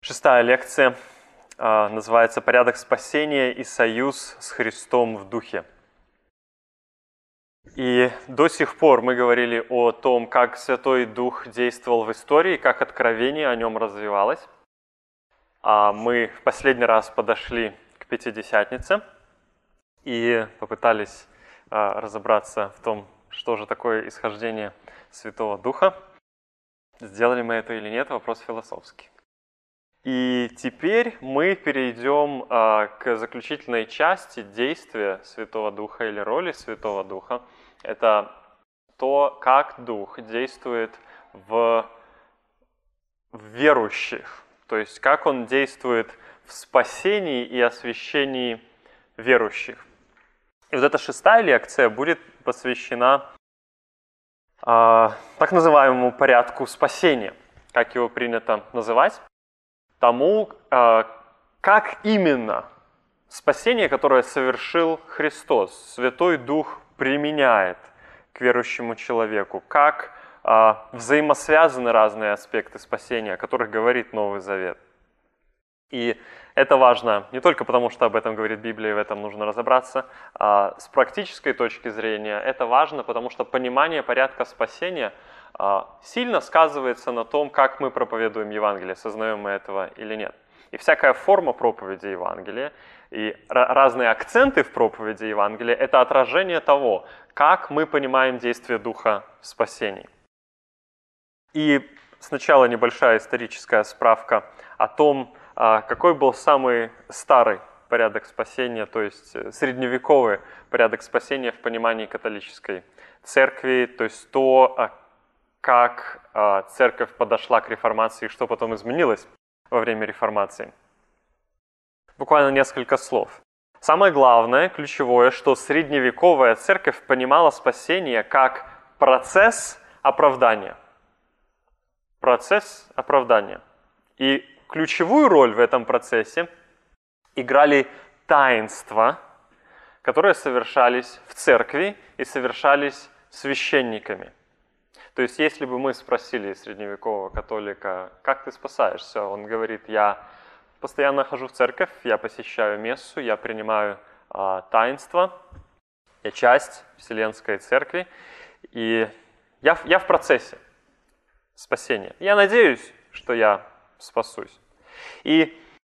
Шестая лекция называется «Порядок спасения и союз с Христом в духе». И до сих пор мы говорили о том, как Святой Дух действовал в истории, как откровение о нем развивалось. Мы в последний раз подошли к Пятидесятнице и попытались разобраться в том, что же такое исхождение Святого Духа. Сделали мы это или нет, вопрос философский. И теперь мы перейдем к заключительной части действия Святого Духа или роли Святого Духа. Это то, как Дух действует в верующих, то есть как Он действует в спасении и освящении верующих. И вот эта шестая лекция будет посвящена так называемому порядку спасения, как его принято называть. Тому, как именно спасение, которое совершил Христос, Святой Дух применяет к верующему человеку, как взаимосвязаны разные аспекты спасения, о которых говорит Новый Завет. И это важно не только потому, что об этом говорит Библия, и в этом нужно разобраться, а с практической точки зрения это важно, потому что понимание порядка спасения сильно сказывается на том, как мы проповедуем Евангелие, сознаем мы этого или нет. И всякая форма проповеди Евангелия и разные акценты в проповеди Евангелия – это отражение того, как мы понимаем действие Духа в спасении. И сначала небольшая историческая справка о том, какой был самый старый порядок спасения, то есть средневековый порядок спасения в понимании католической церкви, то есть то, как церковь подошла к реформации и что потом изменилось во время реформации. Буквально несколько слов. Самое главное, ключевое, что средневековая церковь понимала спасение как процесс оправдания. Процесс оправдания. И ключевую роль в этом процессе играли таинства, которые совершались в церкви и совершались священниками. То есть, если бы мы спросили средневекового католика, как ты спасаешься, он говорит, я постоянно хожу в церковь, я посещаю мессу, я принимаю таинства, я часть Вселенской Церкви, и я в процессе спасения. Я надеюсь, что я спасусь. И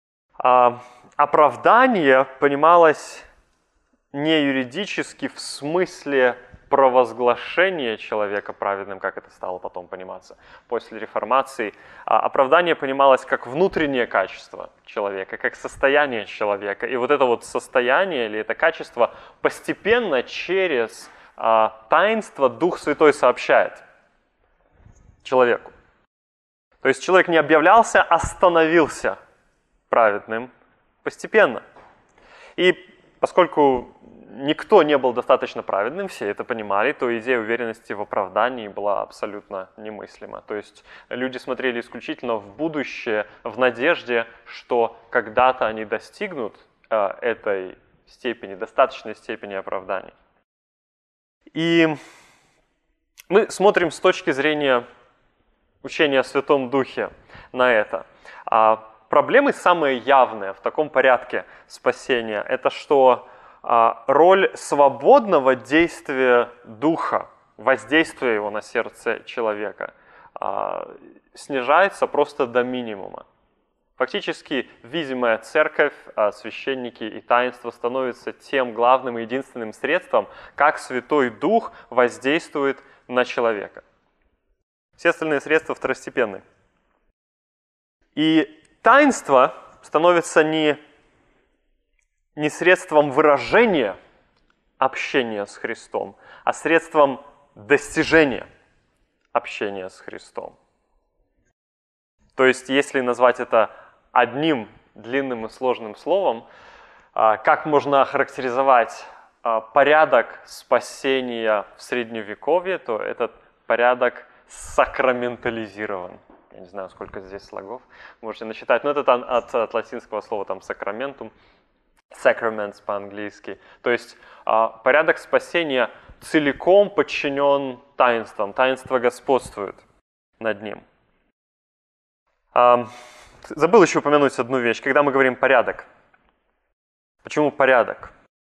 оправдание понималось не юридически в смысле провозглашение человека праведным, как это стало потом пониматься после реформации. Оправдание понималось как внутреннее качество человека, как состояние человека. И вот это вот состояние или это качество постепенно через таинство Дух Святой сообщает человеку. То есть человек не объявлялся, а становился праведным постепенно. И поскольку никто не был достаточно праведным, все это понимали, то идея уверенности в оправдании была абсолютно немыслима. То есть люди смотрели исключительно в будущее, в надежде, что когда-то они достигнут этой степени, достаточной степени оправдания. И мы смотрим с точки зрения учения о Святом Духе на это. Проблемы самые явные в таком порядке спасения – это что роль свободного действия Духа, воздействия его на сердце человека, снижается просто до минимума. Фактически видимая церковь, священники и таинства становятся тем главным и единственным средством, как Святой Дух воздействует на человека. Все остальные средства второстепенны. И таинство становится не средством выражения общения с Христом, а средством достижения общения с Христом. То есть, если назвать это одним длинным и сложным словом, как можно охарактеризовать порядок спасения в Средневековье, то этот порядок сакраментализирован. Я не знаю, сколько здесь слогов, можете насчитать, но это от латинского слова там сакраментум, sacraments по-английски. То есть порядок спасения целиком подчинен таинствам, таинства господствуют над ним. забыл еще упомянуть одну вещь, когда мы говорим «порядок». Почему порядок?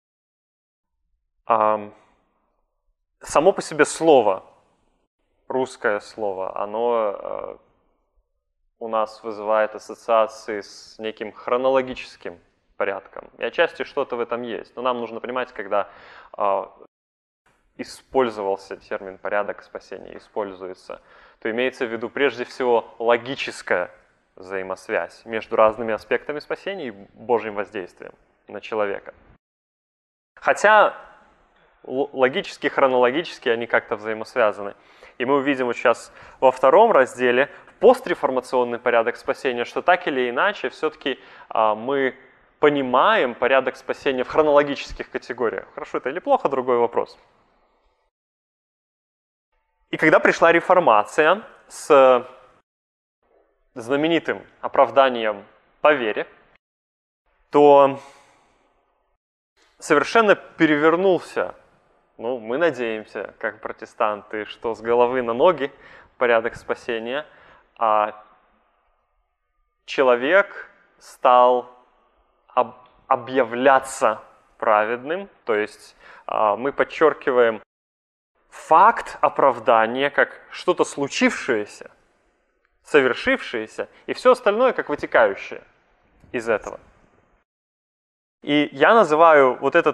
Само по себе слово, русское слово, оно у нас вызывает ассоциации с неким хронологическим порядком. И отчасти что-то в этом есть. Но нам нужно понимать, когда использовался термин «порядок спасения», используется, то имеется в виду прежде всего логическая взаимосвязь между разными аспектами спасения и Божьим воздействием на человека. Хотя логически, хронологически они как-то взаимосвязаны. И мы увидим вот сейчас во втором разделе постреформационный порядок спасения, что так или иначе все-таки мы понимаем порядок спасения в хронологических категориях. Хорошо это или плохо, другой вопрос. И когда пришла реформация с знаменитым оправданием по вере, то совершенно перевернулся, мы надеемся, как протестанты, что с головы на ноги порядок спасения, а человек стал объявляться праведным, то есть мы подчеркиваем факт оправдания как что-то случившееся, совершившееся, и все остальное как вытекающее из этого. И я называю вот этот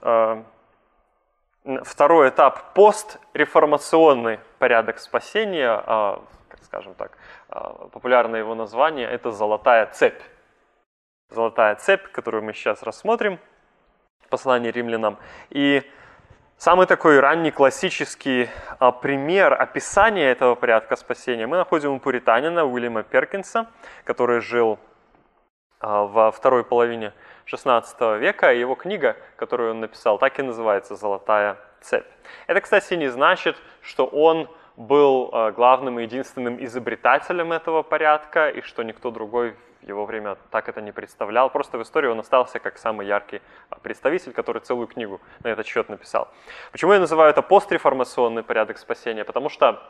второй этап постреформационный порядок спасения, скажем так, популярное его название – это «золотая цепь». Золотая цепь, которую мы сейчас рассмотрим в послании римлянам. И самый такой ранний классический пример описания этого порядка спасения мы находим у пуританина Уильяма Перкинса, который жил во второй половине XVI века. Его книга, которую он написал, так и называется «Золотая цепь». Это, кстати, не значит, что он был главным и единственным изобретателем этого порядка, и что никто другой в его время так это не представлял. Просто в истории он остался как самый яркий представитель, который целую книгу на этот счет написал. Почему я называю это постреформационный порядок спасения? Потому что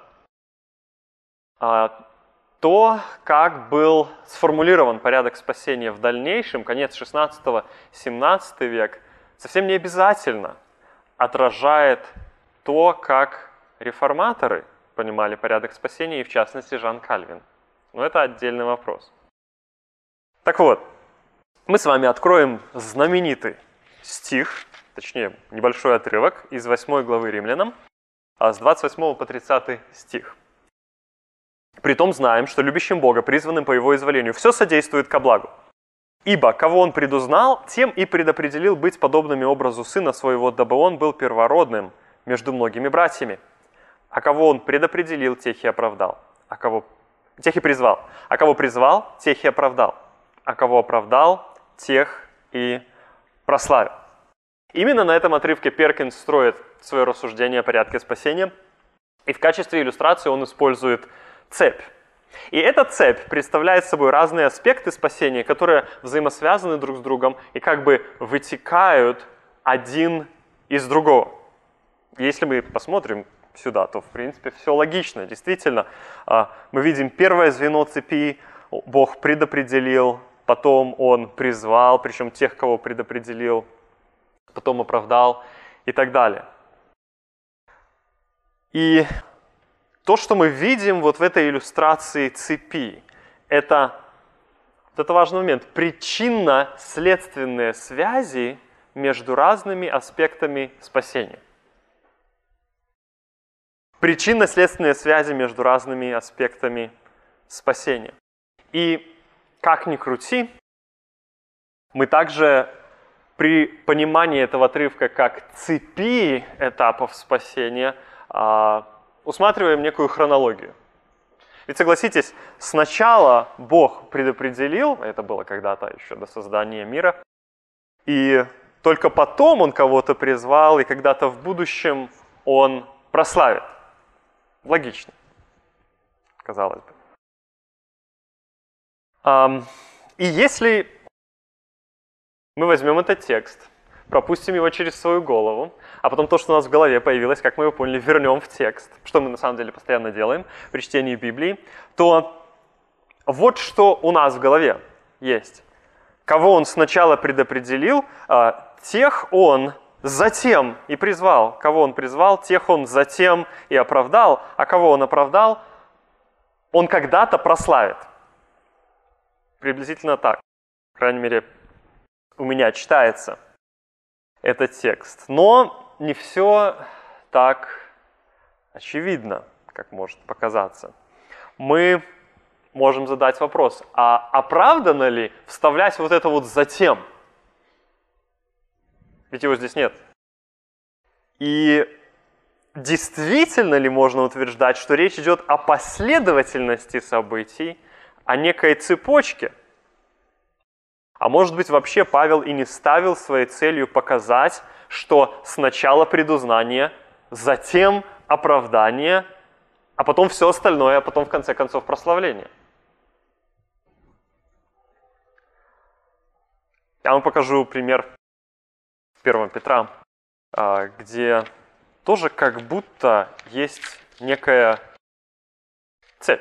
то, как был сформулирован порядок спасения в дальнейшем, конец XVI-XVII век, совсем не обязательно отражает то, как реформаторы понимали порядок спасения, и в частности Жан Кальвин. Но это отдельный вопрос. Так вот, мы с вами откроем знаменитый стих, точнее небольшой отрывок из 8 главы Римлянам, с 28 по 30 стих. «Притом знаем, что любящим Бога, призванным по Его изволению, все содействует ко благу. Ибо, кого Он предузнал, тем и предопределил быть подобными образу Сына Своего, дабы Он был первородным между многими братьями. А кого Он предопределил, тех и оправдал. Тех и призвал. А кого призвал, тех и оправдал. А кого оправдал, тех и прославил». Именно на этом отрывке Перкинс строит свое рассуждение о порядке спасения. И в качестве иллюстрации он использует цепь. И эта цепь представляет собой разные аспекты спасения, которые взаимосвязаны друг с другом и как бы вытекают один из другого. Если мы посмотрим сюда, то в принципе все логично. Действительно, мы видим первое звено цепи, Бог предопределил, потом Он призвал, причем тех, кого предопределил, потом оправдал и так далее. И то, что мы видим вот в этой иллюстрации цепи, это важный момент, причинно-следственные связи между разными аспектами спасения. Причинно-следственные связи между разными аспектами спасения. И как ни крути, мы также при понимании этого отрывка как цепи этапов спасения усматриваем некую хронологию. Ведь согласитесь, сначала Бог предопределил, это было когда-то еще до создания мира, и только потом Он кого-то призвал, и когда-то в будущем Он прославит. Логично, казалось бы. И если мы возьмем этот текст, пропустим его через свою голову, а потом то, что у нас в голове появилось, как мы его поняли, вернем в текст, что мы на самом деле постоянно делаем при чтении Библии, то вот что у нас в голове есть. Кого он сначала предопределил, тех он затем и призвал. Кого он призвал, тех он затем и оправдал. А кого он оправдал, он когда-то прославит. Приблизительно так. По крайней мере, у меня читается этот текст. Но не все так очевидно, как может показаться. Мы можем задать вопрос, а оправдано ли вставлять вот это вот «затем»? Ведь его здесь нет. И действительно ли можно утверждать, что речь идет о последовательности событий, о некой цепочке? А может быть, вообще Павел и не ставил своей целью показать, что сначала предузнание, затем оправдание, а потом все остальное, а потом в конце концов прославление. Я вам покажу пример 1 Петра, где тоже как будто есть некая цепь.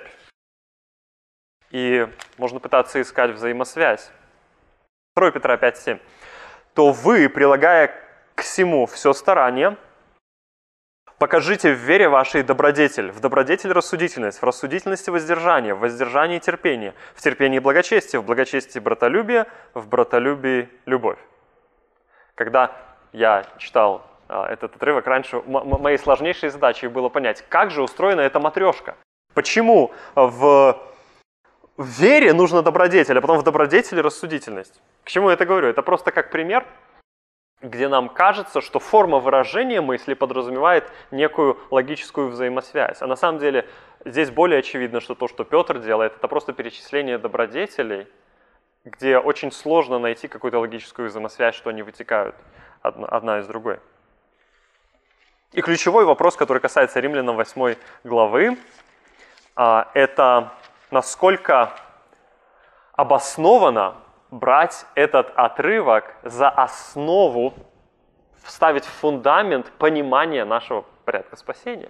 И можно пытаться искать взаимосвязь. 2 Петра 5:7. «То вы, прилагая к всему все старание, покажите в вере вашей добродетель, в добродетель рассудительность, в рассудительности воздержание, в воздержании терпение, в терпении благочестие, в благочестии братолюбие, в братолюбии любовь». Когда я читал этот отрывок раньше, моей сложнейшей задачей было понять, как же устроена эта матрешка. Почему в вере нужно добродетель, а потом в добродетели рассудительность. К чему я это говорю? Это просто как пример, где нам кажется, что форма выражения мысли подразумевает некую логическую взаимосвязь. А на самом деле здесь более очевидно, что то, что Петр делает, это просто перечисление добродетелей, где очень сложно найти какую-то логическую взаимосвязь, что они вытекают одна из другой. И ключевой вопрос, который касается Римлянам 8 главы, это насколько обоснованно брать этот отрывок за основу, вставить в фундамент понимания нашего порядка спасения.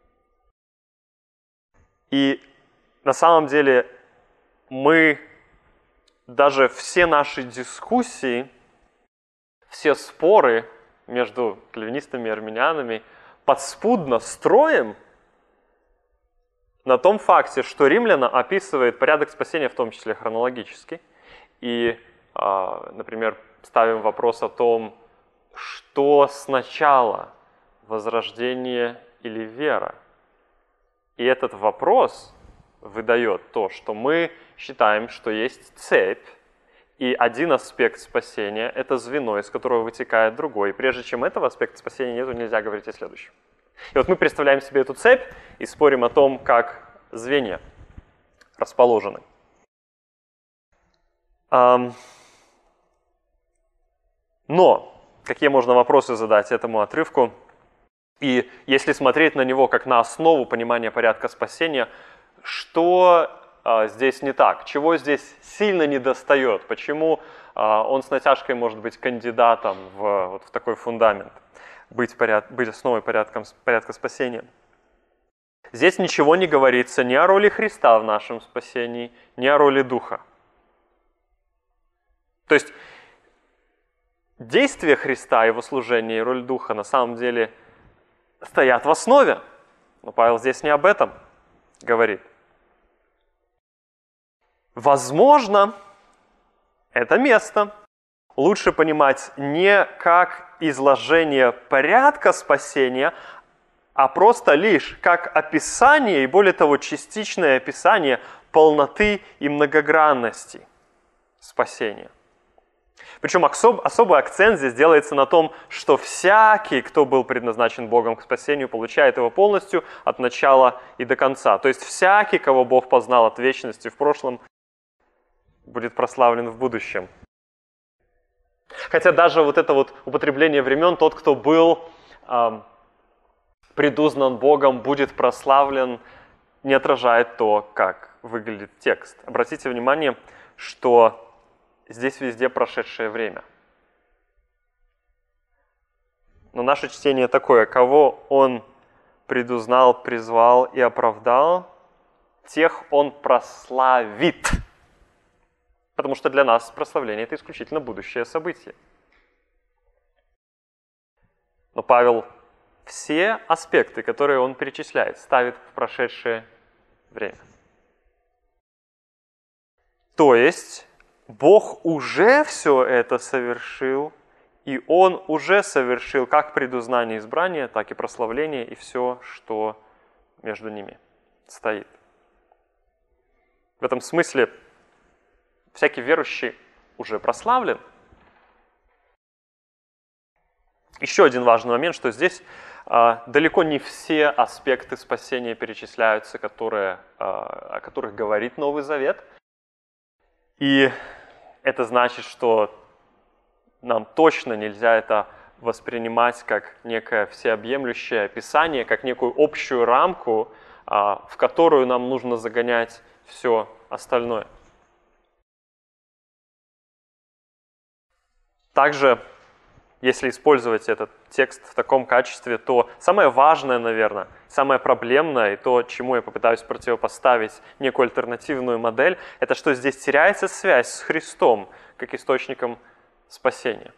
И на самом деле мы даже все наши дискуссии, все споры между кальвинистами и армянианами подспудно строим на том факте, что Римляна описывает порядок спасения, в том числе хронологически. И, например, ставим вопрос о том, что сначала, возрождение или вера. И этот вопрос выдает то, что мы считаем, что есть цепь, и один аспект спасения – это звено, из которого вытекает другой. И прежде чем этого аспекта спасения нету, нельзя говорить о следующем. И вот мы представляем себе эту цепь и спорим о том, как звенья расположены. Но какие можно вопросы задать этому отрывку? И если смотреть на него как на основу понимания порядка спасения, что здесь не так? Чего здесь сильно недостает? Почему он с натяжкой может быть кандидатом в такой фундамент, быть основой порядка спасения? Здесь ничего не говорится ни о роли Христа в нашем спасении, ни о роли Духа. То есть действие Христа, его служение и роль Духа на самом деле стоят в основе. Но Павел здесь не об этом говорит. Возможно, это место лучше понимать не как изложение порядка спасения, а просто лишь как описание, и более того, частичное описание полноты и многогранности спасения. Причем особый акцент здесь делается на том, что всякий, кто был предназначен Богом к спасению, получает его полностью от начала и до конца. То есть всякий, кого Бог познал от вечности в прошлом, будет прославлен в будущем. Хотя даже вот это вот употребление времен, тот, кто был предузнан Богом, будет прославлен, не отражает то, как выглядит текст. Обратите внимание, что здесь везде прошедшее время. Но наше чтение такое: кого он предузнал, призвал и оправдал, тех Он прославит. Потому что для нас прославление – это исключительно будущее событие. Но Павел все аспекты, которые он перечисляет, ставит в прошедшее время. То есть Бог уже все это совершил, и Он уже совершил как предузнание избрания, так и прославление, и все, что между ними стоит. В этом смысле всякий верующий уже прославлен. Еще один важный момент, что здесь далеко не все аспекты спасения перечисляются, о которых говорит Новый Завет. И это значит, что нам точно нельзя это воспринимать как некое всеобъемлющее описание, как некую общую рамку, в которую нам нужно загонять все остальное. Также, если использовать этот текст в таком качестве, то самое важное, наверное, самое проблемное, и то, чему я попытаюсь противопоставить некую альтернативную модель, это что здесь теряется связь с Христом как источником спасения.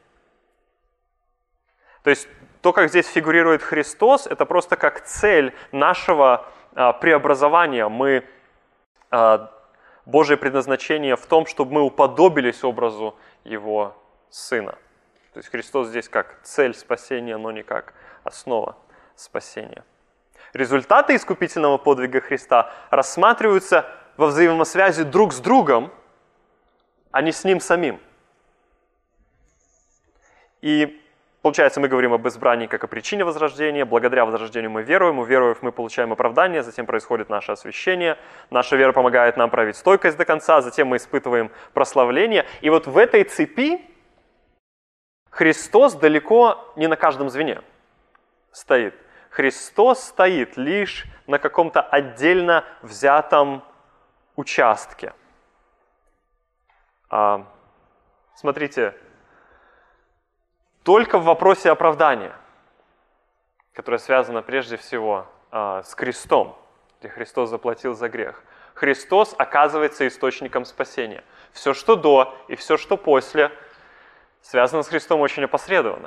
То есть то, как здесь фигурирует Христос, это просто как цель нашего преобразования. Божье предназначение в том, чтобы мы уподобились образу Его Сына. То есть Христос здесь как цель спасения, но не как основа спасения. Результаты искупительного подвига Христа рассматриваются во взаимосвязи друг с другом, а не с Ним самим. И получается, мы говорим об избрании как о причине возрождения. Благодаря возрождению мы веруем. Уверовав, мы получаем оправдание. Затем происходит наше освящение. Наша вера помогает нам проявить стойкость до конца. Затем мы испытываем прославление. И вот в этой цепи Христос далеко не на каждом звене стоит. Христос стоит лишь на каком-то отдельно взятом участке. Смотрите, только в вопросе оправдания, которое связано прежде всего с крестом, где Христос заплатил за грех, Христос оказывается источником спасения. Все, что до и все, что после, связано с Христом очень опосредованно.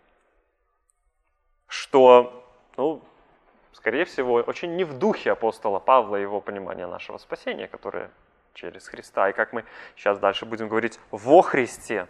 Что, скорее всего, очень не в духе апостола Павла и его понимания нашего спасения, которое через Христа, и как мы сейчас дальше будем говорить, во Христе.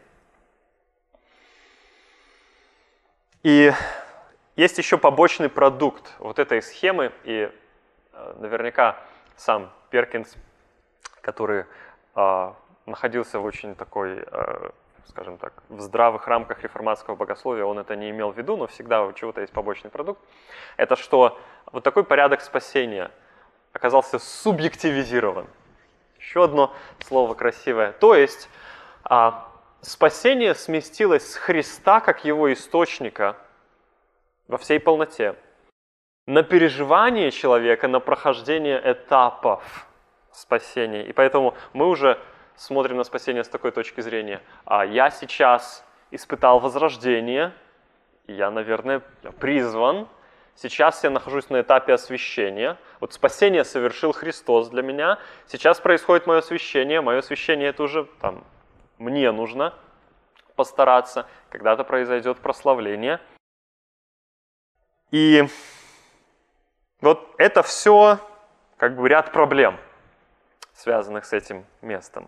И есть еще побочный продукт вот этой схемы, и наверняка сам Перкинс, который находился в очень такой, скажем так, в здравых рамках реформатского богословия, он это не имел в виду, но всегда у чего-то есть побочный продукт, это что вот такой порядок спасения оказался субъективизирован. Еще одно слово красивое. То есть спасение сместилось с Христа, как его источника, во всей полноте, на переживание человека, на прохождение этапов спасения. И поэтому мы уже смотрим на спасение с такой точки зрения. Я сейчас испытал возрождение, и я, наверное, призван. Сейчас я нахожусь на этапе освящения. Вот спасение совершил Христос для меня. Сейчас происходит мое освящение. Мое освящение это уже мне нужно постараться. Когда-то произойдет прославление. И вот это все ряд проблем, связанных с этим местом.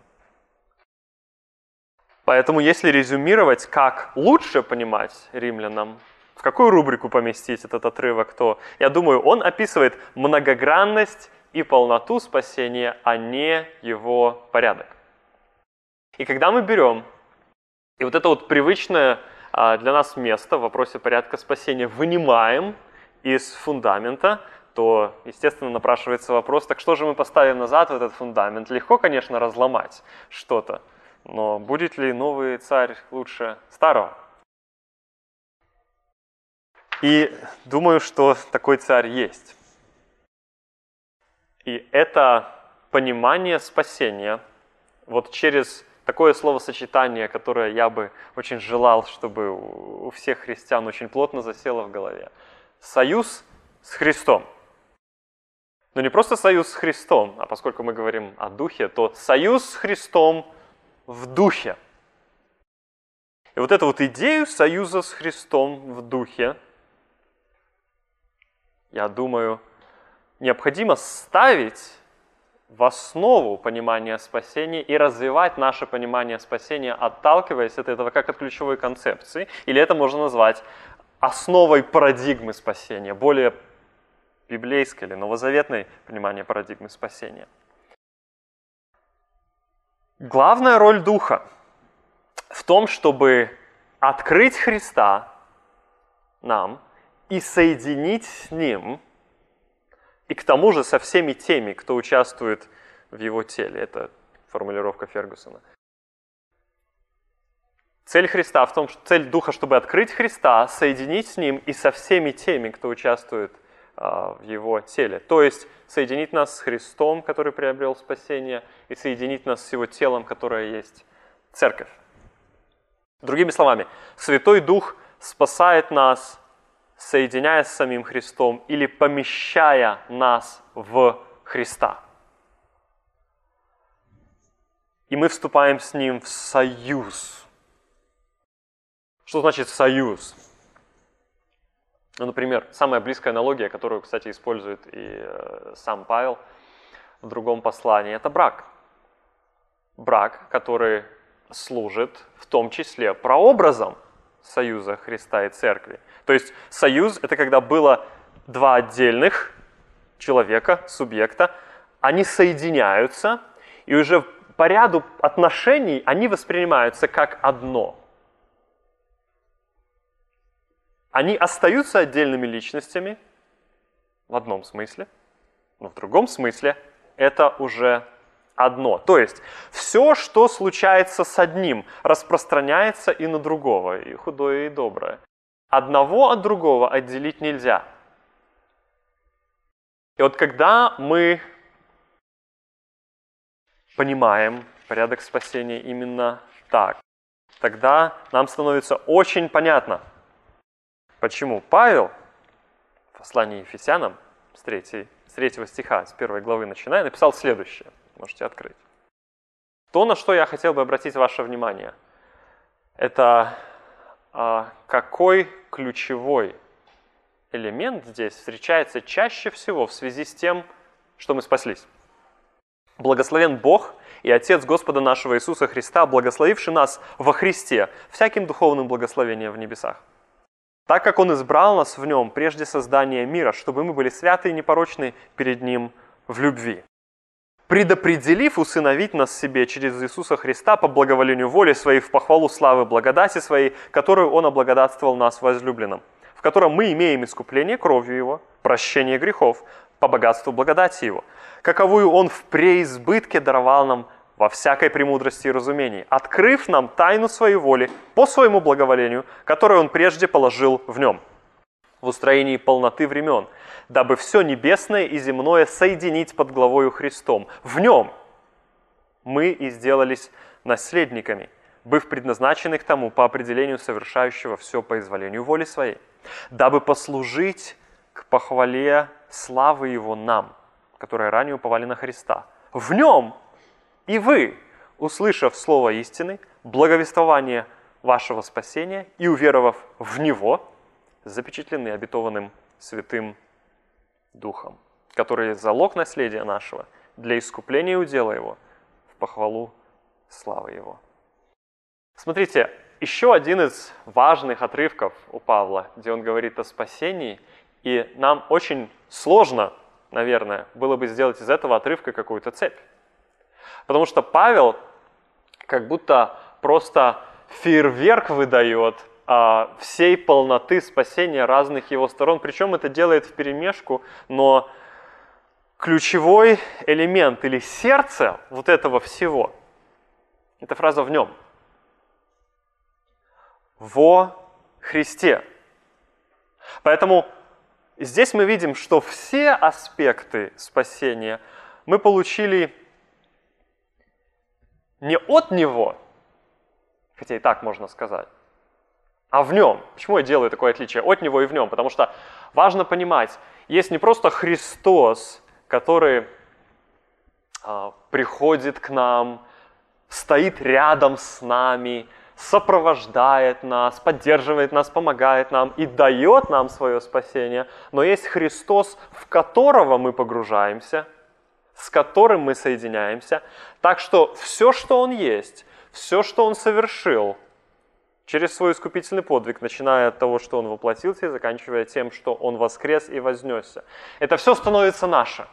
Поэтому если резюмировать, как лучше понимать римлянам, в какую рубрику поместить этот отрывок, то, я думаю, он описывает многогранность и полноту спасения, а не его порядок. И когда мы берем, и вот это вот привычное для нас место в вопросе порядка спасения вынимаем из фундамента, то, естественно, напрашивается вопрос, так что же мы поставим назад в этот фундамент? Легко, конечно, разломать что-то, но будет ли новый царь лучше старого? И думаю, что такой царь есть. И это понимание спасения вот через такое словосочетание, которое я бы очень желал, чтобы у всех христиан очень плотно засело в голове. Союз с Христом. Но не просто союз с Христом, а поскольку мы говорим о Духе, то союз с Христом в Духе. И вот эту вот идею союза с Христом в Духе, я думаю, необходимо ставить в основу понимания спасения и развивать наше понимание спасения, отталкиваясь от этого как от ключевой концепции. Или это можно назвать основой парадигмы спасения, более библейское или новозаветное понимание парадигмы спасения. Главная роль Духа в том, чтобы открыть Христа нам и соединить с Ним, и к тому же со всеми теми, кто участвует в Его теле. Это формулировка Фергюсона. Цель Христа в том, что цель Духа, чтобы открыть Христа, соединить с Ним и со всеми теми, кто участвует в Его теле. То есть соединить нас с Христом, который приобрел спасение, и соединить нас с Его телом, которое есть Церковь. Другими словами, Святой Дух спасает нас, соединяясь с самим Христом или помещая нас в Христа. И мы вступаем с Ним в союз. Что значит союз? Ну, например, самая близкая аналогия, которую, кстати, использует и сам Павел в другом послании, это брак. Брак, который служит в том числе прообразом союза Христа и Церкви. То есть союз – это когда было два отдельных человека, субъекта, они соединяются, и уже по ряду отношений они воспринимаются как одно. Они остаются отдельными личностями в одном смысле, но в другом смысле это уже одно. То есть все, что случается с одним, распространяется и на другого, и худое, и доброе. Одного от другого отделить нельзя. И вот когда мы понимаем порядок спасения именно так, тогда нам становится очень понятно, почему Павел в послании Ефесянам с 3 стиха, с 1 главы начиная, написал следующее. Можете открыть. То, на что я хотел бы обратить ваше внимание, это какой ключевой элемент здесь встречается чаще всего в связи с тем, что мы спаслись. Благословен Бог и Отец Господа нашего Иисуса Христа, благословивший нас во Христе всяким духовным благословением в небесах. Так как Он избрал нас в Нем прежде создания мира, чтобы мы были святы и непорочны перед Ним в любви, предопределив усыновить нас себе через Иисуса Христа по благоволению воли Своей в похвалу славы благодати Своей, которую Он облагодатствовал нас возлюбленным, в котором мы имеем искупление кровью Его, прощение грехов, по богатству благодати Его, каковую Он в преизбытке даровал нам во всякой премудрости и разумении, открыв нам тайну Своей воли по Своему благоволению, которую Он прежде положил в Нем, в устроении полноты времен, дабы все небесное и земное соединить под главою Христом. В Нем мы и сделались наследниками, быв предназначены к тому по определению совершающего все по изволению воли Своей, дабы послужить к похвале славы Его нам, которая ранее уповали на Христа. В Нем и вы, услышав слово истины, благовествование вашего спасения и уверовав в Него, запечатлены обетованным Святым Духом, который есть залог наследия нашего для искупления удела Его в похвалу славы Его. Смотрите, еще один из важных отрывков у Павла, где он говорит о спасении, и нам очень сложно, наверное, было бы сделать из этого отрывка какую-то цепь. Потому что Павел как будто просто фейерверк выдает всей полноты спасения разных его сторон. Причем это делает вперемешку, но ключевой элемент или сердце вот этого всего – это фраза «в Нем». Во Христе. Поэтому здесь мы видим, что все аспекты спасения мы получили не от Него, хотя и так можно сказать, а в Нем. Почему я делаю такое отличие от Него и в Нем? Потому что важно понимать, есть не просто Христос, который приходит к нам, стоит рядом с нами, сопровождает нас, поддерживает нас, помогает нам и дает нам свое спасение. Но есть Христос, в которого мы погружаемся, с которым мы соединяемся. Так что все, что Он есть, все, что Он совершил через свой искупительный подвиг, начиная от того, что Он воплотился, и заканчивая тем, что Он воскрес и вознесся, это все становится наше.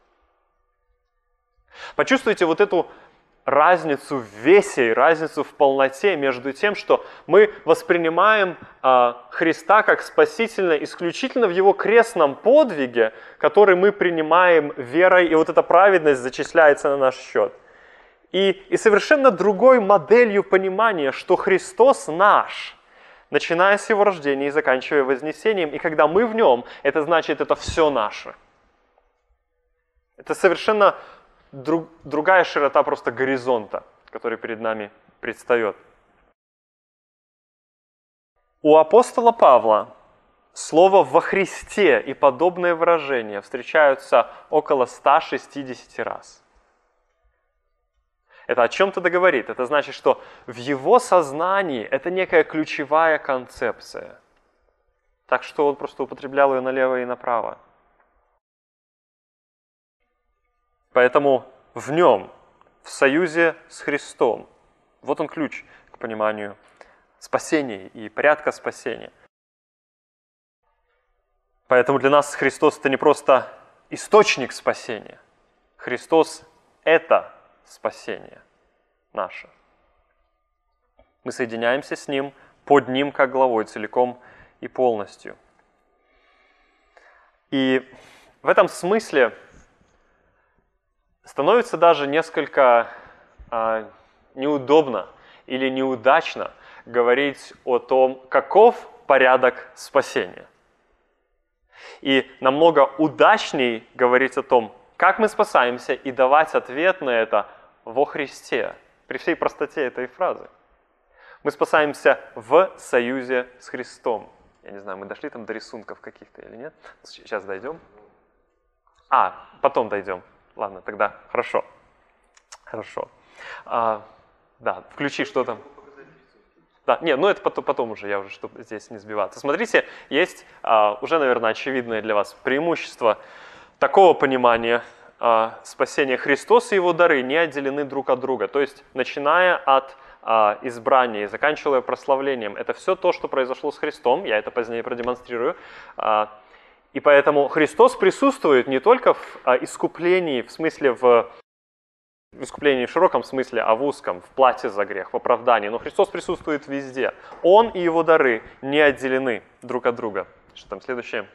Почувствуйте вот эту разницу в весе и разницу в полноте между тем, что мы воспринимаем Христа как Спасителя исключительно в Его крестном подвиге, который мы принимаем верой, и вот эта праведность зачисляется на наш счет. И совершенно другой моделью понимания, что Христос наш, начиная с Его рождения и заканчивая Вознесением, и когда мы в Нем, это значит, это все наше. Это совершенно другая широта просто горизонта, который перед нами предстает. У апостола Павла слово «во Христе» и подобные выражения встречаются около 160 раз. Это о чем-то говорит. Это значит, что в его сознании это некая ключевая концепция. Так что он просто употреблял ее налево и направо. Поэтому в нем, в союзе с Христом, вот он ключ к пониманию спасения и порядка спасения. Поэтому для нас Христос – это не просто источник спасения. Христос – это спасение наше. Мы соединяемся с Ним, под Ним как главой, целиком и полностью. И в этом смысле становится даже несколько неудобно или неудачно говорить о том, каков порядок спасения. И намного удачней говорить о том, как мы спасаемся, и давать ответ на это во Христе, при всей простоте этой фразы. Мы спасаемся в союзе с Христом. Я не знаю, мы дошли там до рисунков каких-то или нет? Сейчас дойдем. Потом дойдем. Ладно, тогда хорошо. Хорошо. Да, включи, что там. Да, это потом уже, я уже, чтобы здесь не сбиваться. Смотрите, есть уже, наверное, очевидное для вас преимущество такого понимания спасения. Христос и Его дары не отделены друг от друга. То есть, начиная от избрания и заканчивая прославлением, это все то, что произошло с Христом, я это позднее продемонстрирую. И поэтому Христос присутствует не только в искуплении, в смысле в искуплении в широком смысле, а в узком, в плате за грех, в оправдании. Но Христос присутствует везде. Он и Его дары не отделены друг от друга. Что там следующее?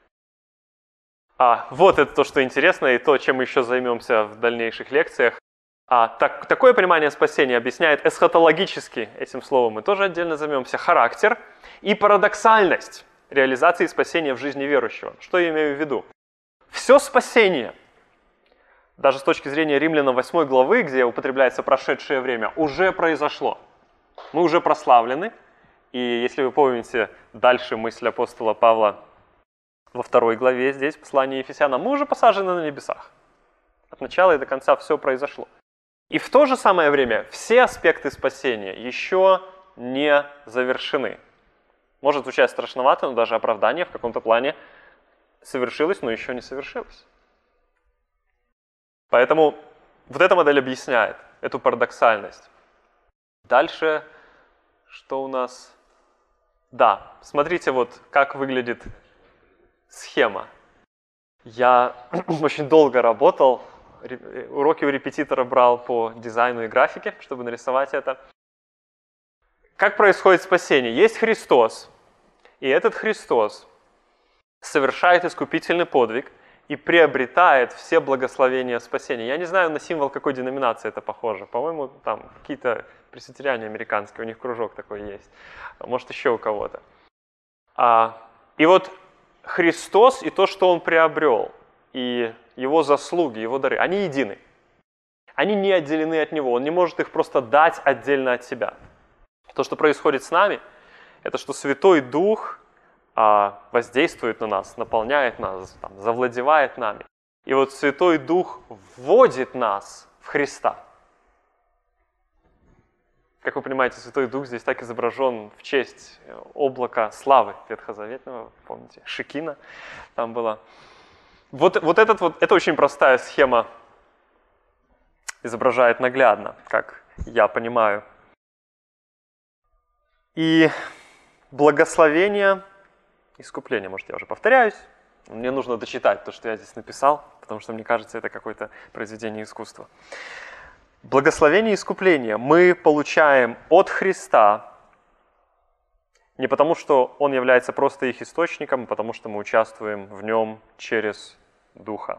Вот это то, что интересно, и то, чем мы еще займемся в дальнейших лекциях. Такое понимание спасения объясняет эсхатологически, этим словом мы тоже отдельно займемся, характер и парадоксальность реализации спасения в жизни верующего. Что я имею в виду? Все спасение, даже с точки зрения Римлянам 8 главы, где употребляется прошедшее время, уже произошло. Мы уже прославлены, и если вы помните дальше мысль апостола Павла во 2 главе здесь, послание Ефесянам, мы уже посажены на небесах. От начала и до конца все произошло. И в то же самое время все аспекты спасения еще не завершены. Может звучать страшновато, но даже оправдание в каком-то плане совершилось, но еще не совершилось. Поэтому вот эта модель объясняет эту парадоксальность. Дальше, что у нас? Да, смотрите, вот как выглядит схема. Я очень долго работал, уроки у репетитора брал по дизайну и графике, чтобы нарисовать это. Как происходит спасение? Есть Христос, и этот Христос совершает искупительный подвиг и приобретает все благословения спасения. Я не знаю, на символ какой деноминации это похоже. По-моему, там какие-то пресвитериане американские, у них кружок такой есть. Может, еще у кого-то. И вот Христос и то, что Он приобрел, и Его заслуги, Его дары, они едины. Они не отделены от Него. Он не может их просто дать отдельно от себя. То, что происходит с нами, это что Святой Дух воздействует на нас, наполняет нас, завладевает нами. И вот Святой Дух вводит нас в Христа. Как вы понимаете, Святой Дух здесь так изображен в честь облака славы ветхозаветного, помните, Шекина там была. Это очень простая схема изображает наглядно, как я понимаю. И благословение, искупление, может, я уже повторяюсь, мне нужно дочитать то, что я здесь написал, потому что мне кажется, это какое-то произведение искусства. Благословение и искупление мы получаем от Христа не потому, что Он является просто их источником, а потому что мы участвуем в Нем через Духа.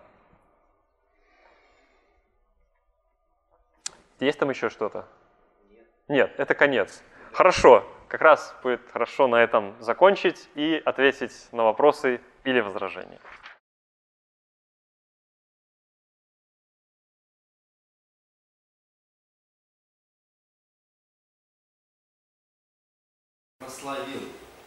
Есть там еще что-то? Нет, это конец. Хорошо, как раз будет хорошо на этом закончить и ответить на вопросы или возражения. Прославил.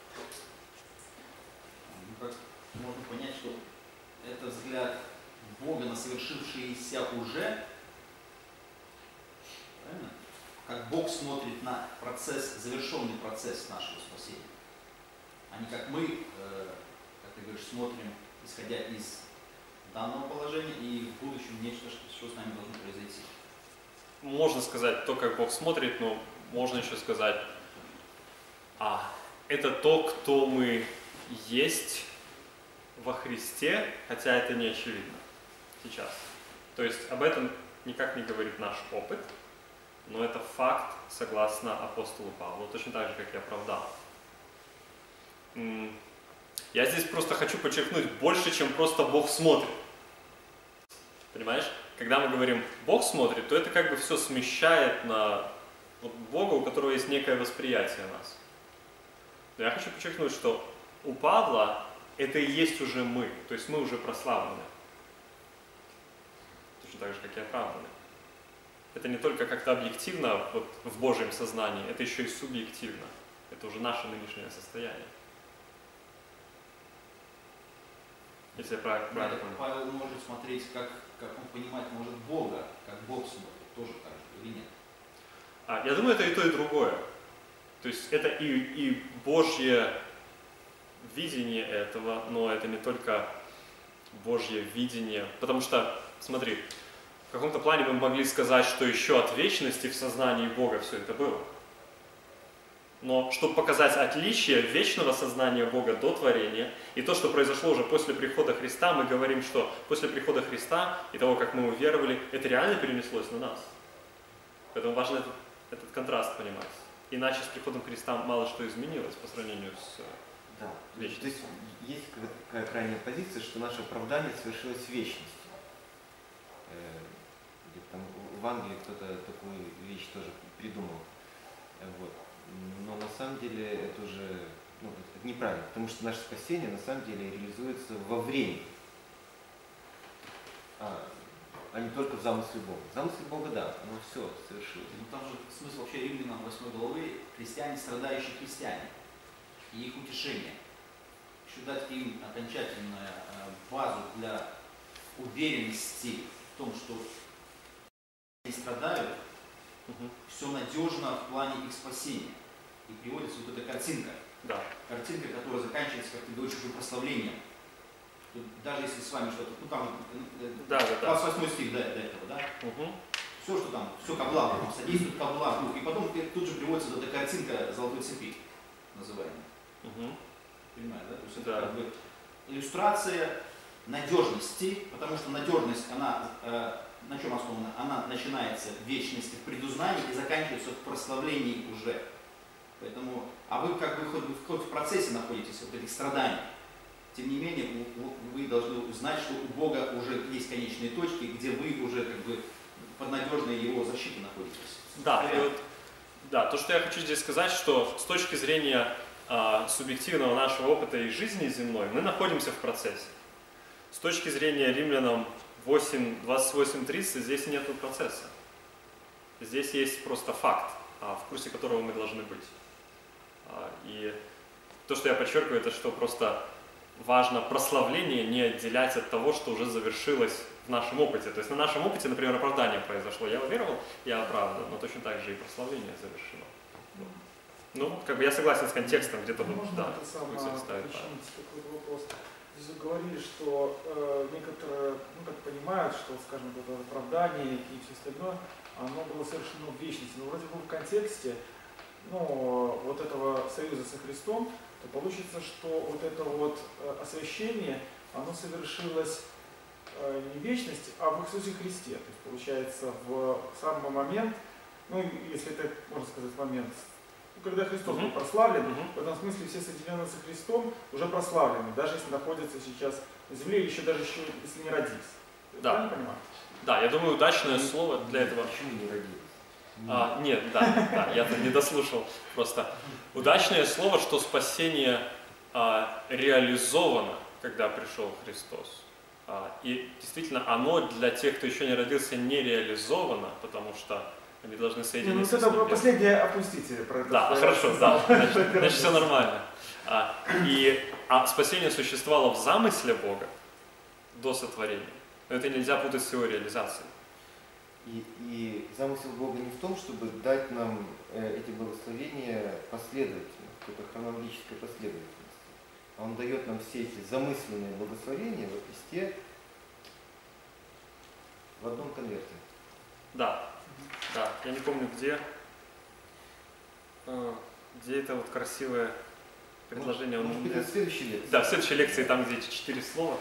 Как можно понять, что это взгляд Бога на совершившееся уже, правильно? Как Бог смотрит на процесс, завершенный процесс нашего спасения, а не как мы, как ты говоришь, смотрим, исходя из данного положения и в будущем нечто, что с нами должно произойти. Можно сказать то, как Бог смотрит, но можно еще сказать, это то, кто мы есть во Христе, хотя это не очевидно сейчас. То есть об этом никак не говорит наш опыт, но это факт, согласно апостолу Павлу, точно так же, как и оправдал. Я здесь просто хочу подчеркнуть больше, чем просто Бог смотрит. Понимаешь? Когда мы говорим «Бог смотрит», то это как бы все смещает на Бога, у которого есть некое восприятие нас. Но я хочу подчеркнуть, что у Павла это и есть уже мы, то есть мы уже прославлены. Точно так же, как и оправданы. Это не только как-то объективно вот, в Божьем сознании, это еще и субъективно. Это уже наше нынешнее состояние. Если я правильно понял. Павел может смотреть, как он понимает, может Бога, как Бог смотрит, тоже так же, или нет? Я думаю, это и то, и другое. То есть это и Божье видение этого, но это не только Божье видение. Потому что, смотри, в каком-то плане мы могли сказать, что еще от вечности в сознании Бога все это было. Но чтобы показать отличие вечного сознания Бога до творения и то, что произошло уже после прихода Христа, мы говорим, что после прихода Христа и того, как мы уверовали, это реально перенеслось на нас. Поэтому важно этот контраст понимать. Иначе с приходом Христа мало что изменилось по сравнению с вечностью. То есть есть какая крайняя позиция, что наше оправдание совершилось в вечности. Где-то там в Англии кто-то такую вещь тоже придумал. Вот. Но на самом деле это уже это неправильно, потому что наше спасение на самом деле реализуется во времени, а не только в замысле Бога. В замысле Бога, да, оно все совершилось. Там же смысл вообще Римлянам 8 главы, христиане, страдающие христиане, и их утешение. Еще дать им окончательную базу для уверенности в том, что они страдают, все надежно в плане их спасения. И приводится вот эта картинка. Да. Картинка, которая заканчивается, как ты говоришь, уже прославлением. Тут, даже если с вами что-то, 28 стих до этого, да? Все, что там, все ко благу, там содействует ко благу. И потом тут же приводится вот эта картинка золотой цепи, называемая. Понимаешь, да? То есть это как бы иллюстрация надежности, потому что надежность, она на чем основана? Она начинается в вечности, в предузнании и заканчивается в прославлении уже. Поэтому, а вы как бы хоть в процессе находитесь вот этих страданий. Тем не менее, вы должны узнать, что у Бога уже есть конечные точки, где вы уже как бы под надежной Его защитой находитесь. Да, то, что я хочу здесь сказать, что с точки зрения субъективного нашего опыта и жизни земной, мы находимся в процессе. С точки зрения Римлянам 28:30 здесь нет процесса. Здесь есть просто факт, в курсе которого мы должны быть. И то, что я подчеркиваю, это что просто важно прославление не отделять от того, что уже завершилось в нашем опыте. То есть на нашем опыте, например, оправдание произошло. Я уверовал, я оправдан, но точно так же и прославление завершено. Ну, как бы я согласен с контекстом, где-то вот, можно да. это самое уточнить такой вопрос. Здесь вы говорили, что некоторые, ну, как понимают, что, скажем, это оправдание и все остальное, оно было совершено в вечности. Но вроде бы в контексте, ну, вот этого союза со Христом, то получится, что вот это вот освящение, оно совершилось не в вечности, а в Иисусе Христе. То есть получается в самый момент, ну, если это, можно сказать, момент, когда Христос был прославлен, в этом смысле все соединенные со Христом уже прославлены, даже если находятся сейчас на земле, или еще даже еще, если не родились. Да. Правильно понимаю? Да, я думаю, удачное слово для этого. Почему не родились? Нет, да, я не дослушал. Просто удачное слово, что спасение реализовано, когда пришел Христос. И действительно, оно для тех, кто еще не родился, не реализовано, потому что они должны соединиться с ним. Последнее опустите. Про это, да, хорошо, да, значит все нормально. А спасение существовало в замысле Бога до сотворения. Но это нельзя путать с его реализацией. И замысел Бога не в том, чтобы дать нам эти благословения последовательно, в какой-то хронологической последовательности. А Он дает нам все эти замысленные благословения во Христе в одном конверте. Да, я не помню, где это вот красивое предложение. Может быть, это в следующей лекции. Да, в следующей лекции, там, где 4 слова.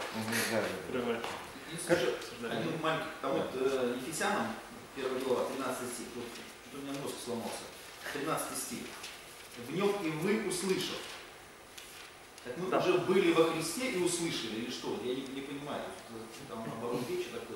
Один маленький, там вот Ефесянам, 1 глава, 13 стих, вот что у меня мозг сломался, 13 стих. В нем и вы услышав. Так мы уже были во Христе и услышали, или что? Я не понимаю, там наоборот речи такой.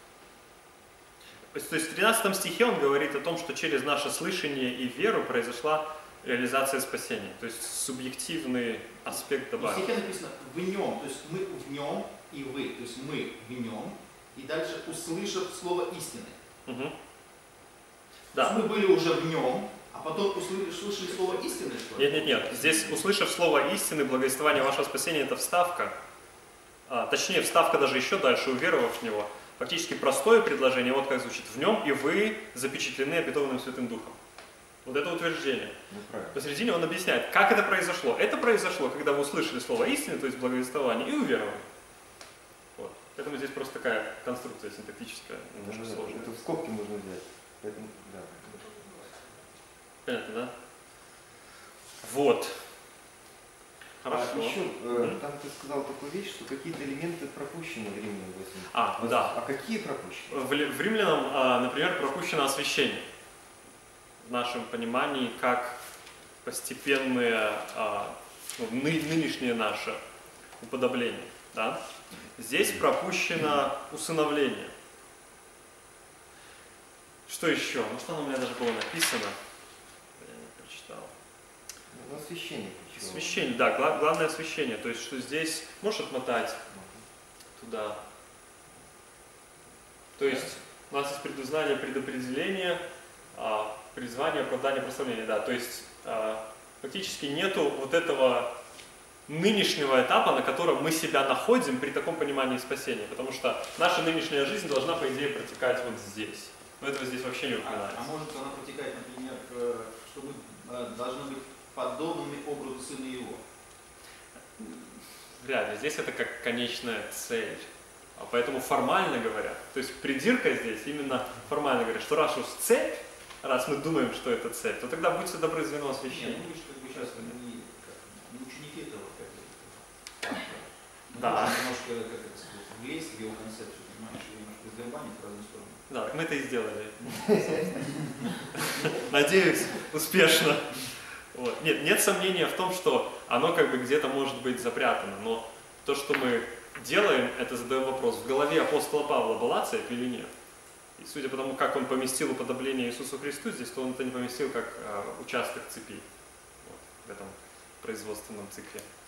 То есть в 13 стихе он говорит о том, что через наше слышание и веру произошла реализация спасения. То есть субъективный аспект добавлен. В стихе написано «в нем», то есть мы в нем и вы, то есть мы в нем, и дальше услышав слово истины. Угу. Да. То есть мы были уже в нем, а потом услышали слово истины, что ли? Нет. Здесь, услышав слово истины, благовествование вашего спасения, это вставка. Точнее, вставка даже еще дальше, уверовав в него. Фактически простое предложение, вот как звучит. В нем и вы запечатлены обетованным Святым Духом. Вот это утверждение. Посередине он объясняет, как это произошло. Это произошло, когда вы услышали слово истины, то есть благовествование, и уверовали. Вот. Поэтому здесь просто такая конструкция синтактическая, немножко сложная. Это в скобки можно взять. Поэтому, да. Понятно, да? Вот. Хорошо. Еще, там ты сказал такую вещь, что какие-то элементы пропущены в Римлянам 8. Да. А какие пропущены? В Римлянам, например, пропущено освящение. В нашем понимании, как постепенное, нынешнее наше уподобление. Да? Здесь пропущено усыновление. Что еще? Ну, что у меня даже было написано? Я не прочитал. Освящение. Освящение, да, главное освящение. То есть, что здесь, можешь отмотать туда. То есть, у нас есть предузнание, предопределение, призвание, оправдание, прославление. Да, то есть, фактически нету вот этого нынешнего этапа, на котором мы себя находим при таком понимании спасения. Потому что наша нынешняя жизнь должна, по идее, протекать вот здесь. Но этого здесь вообще не упоминается. А может она протекает, например, что мы должны быть подобными образу Сына Его? Вряд ли. Здесь это как конечная цель. А поэтому формально говоря, то есть придирка здесь именно формально говоря, что раз уж цель, раз мы думаем, что это цель, то тогда будьте добры звено освящения. Нет, ну вы же как бы сейчас не ученики этого, как бы. Да. Немножко, как это сказать, влезть в его концепцию, понимаешь, и немножко раздолбанить в разные стороны. Да, так мы это и сделали. Надеюсь, успешно. Вот. Нет сомнения в том, что оно как бы где-то может быть запрятано, но то, что мы делаем, это задаем вопрос, в голове апостола Павла была цепь или нет? И судя по тому, как он поместил уподобление Иисусу Христу здесь, то он это не поместил как участок цепи вот, в этом производственном цикле.